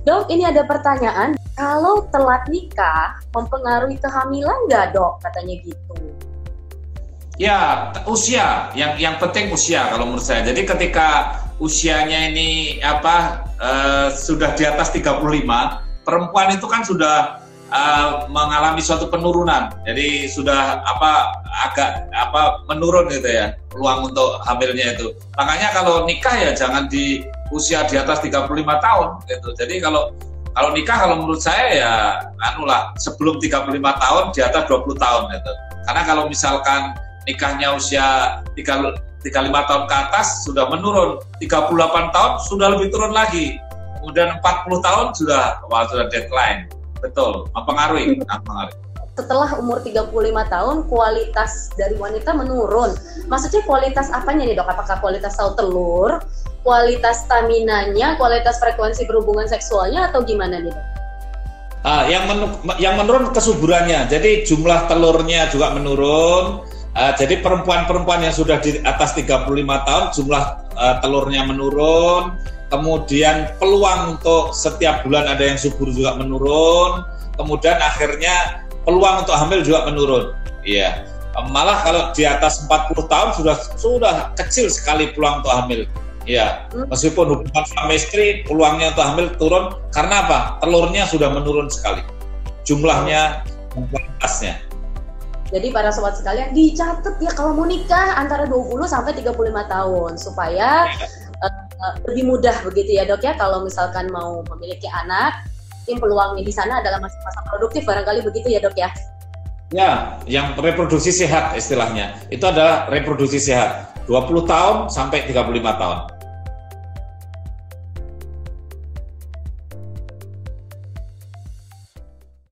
Dok, ini ada pertanyaan. Kalau telat nikah mempengaruhi kehamilan nggak, Dok? Katanya gitu. Ya, usia. Yang penting usia kalau menurut saya. Jadi ketika usianya ini sudah di atas 35, perempuan itu kan sudah mengalami suatu penurunan. Jadi sudah agak menurun gitu ya peluang untuk hamilnya itu. Makanya kalau nikah ya jangan di usia di atas 35 tahun gitu. Jadi kalau nikah kalau menurut saya ya sebelum 35 tahun di atas 20 tahun gitu. Karena kalau misalkan nikahnya usia 35 tahun ke atas sudah menurun, 38 tahun sudah lebih turun lagi. Kemudian 40 tahun sudah decline. Betul, mempengaruhi. Setelah umur 35 tahun, kualitas dari wanita menurun. Maksudnya kualitas apanya nih, Dok? Apakah kualitas sel telur, kualitas staminanya, kualitas frekuensi berhubungan seksualnya, atau gimana nih, Dok? Yang menurun kesuburannya. Jadi jumlah telurnya juga menurun. Jadi perempuan-perempuan yang sudah di atas 35 tahun jumlah telurnya menurun, kemudian peluang untuk setiap bulan ada yang subur juga menurun, kemudian akhirnya peluang untuk hamil juga menurun. Iya. Malah kalau di atas 40 tahun sudah kecil sekali peluang untuk hamil. Iya. Meskipun hubungan suami istri peluangnya untuk hamil turun karena apa? Telurnya sudah menurun sekali. Jumlahnya, kualitasnya. Jadi para sobat sekalian dicatat ya kalau mau nikah antara 20 sampai 35 tahun supaya lebih mudah begitu ya, Dok ya, kalau misalkan mau memiliki anak, peluangnya di sana adalah masa-masa produktif barangkali begitu ya, Dok ya. Ya, yang reproduksi sehat istilahnya. Itu adalah reproduksi sehat 20 tahun sampai 35 tahun.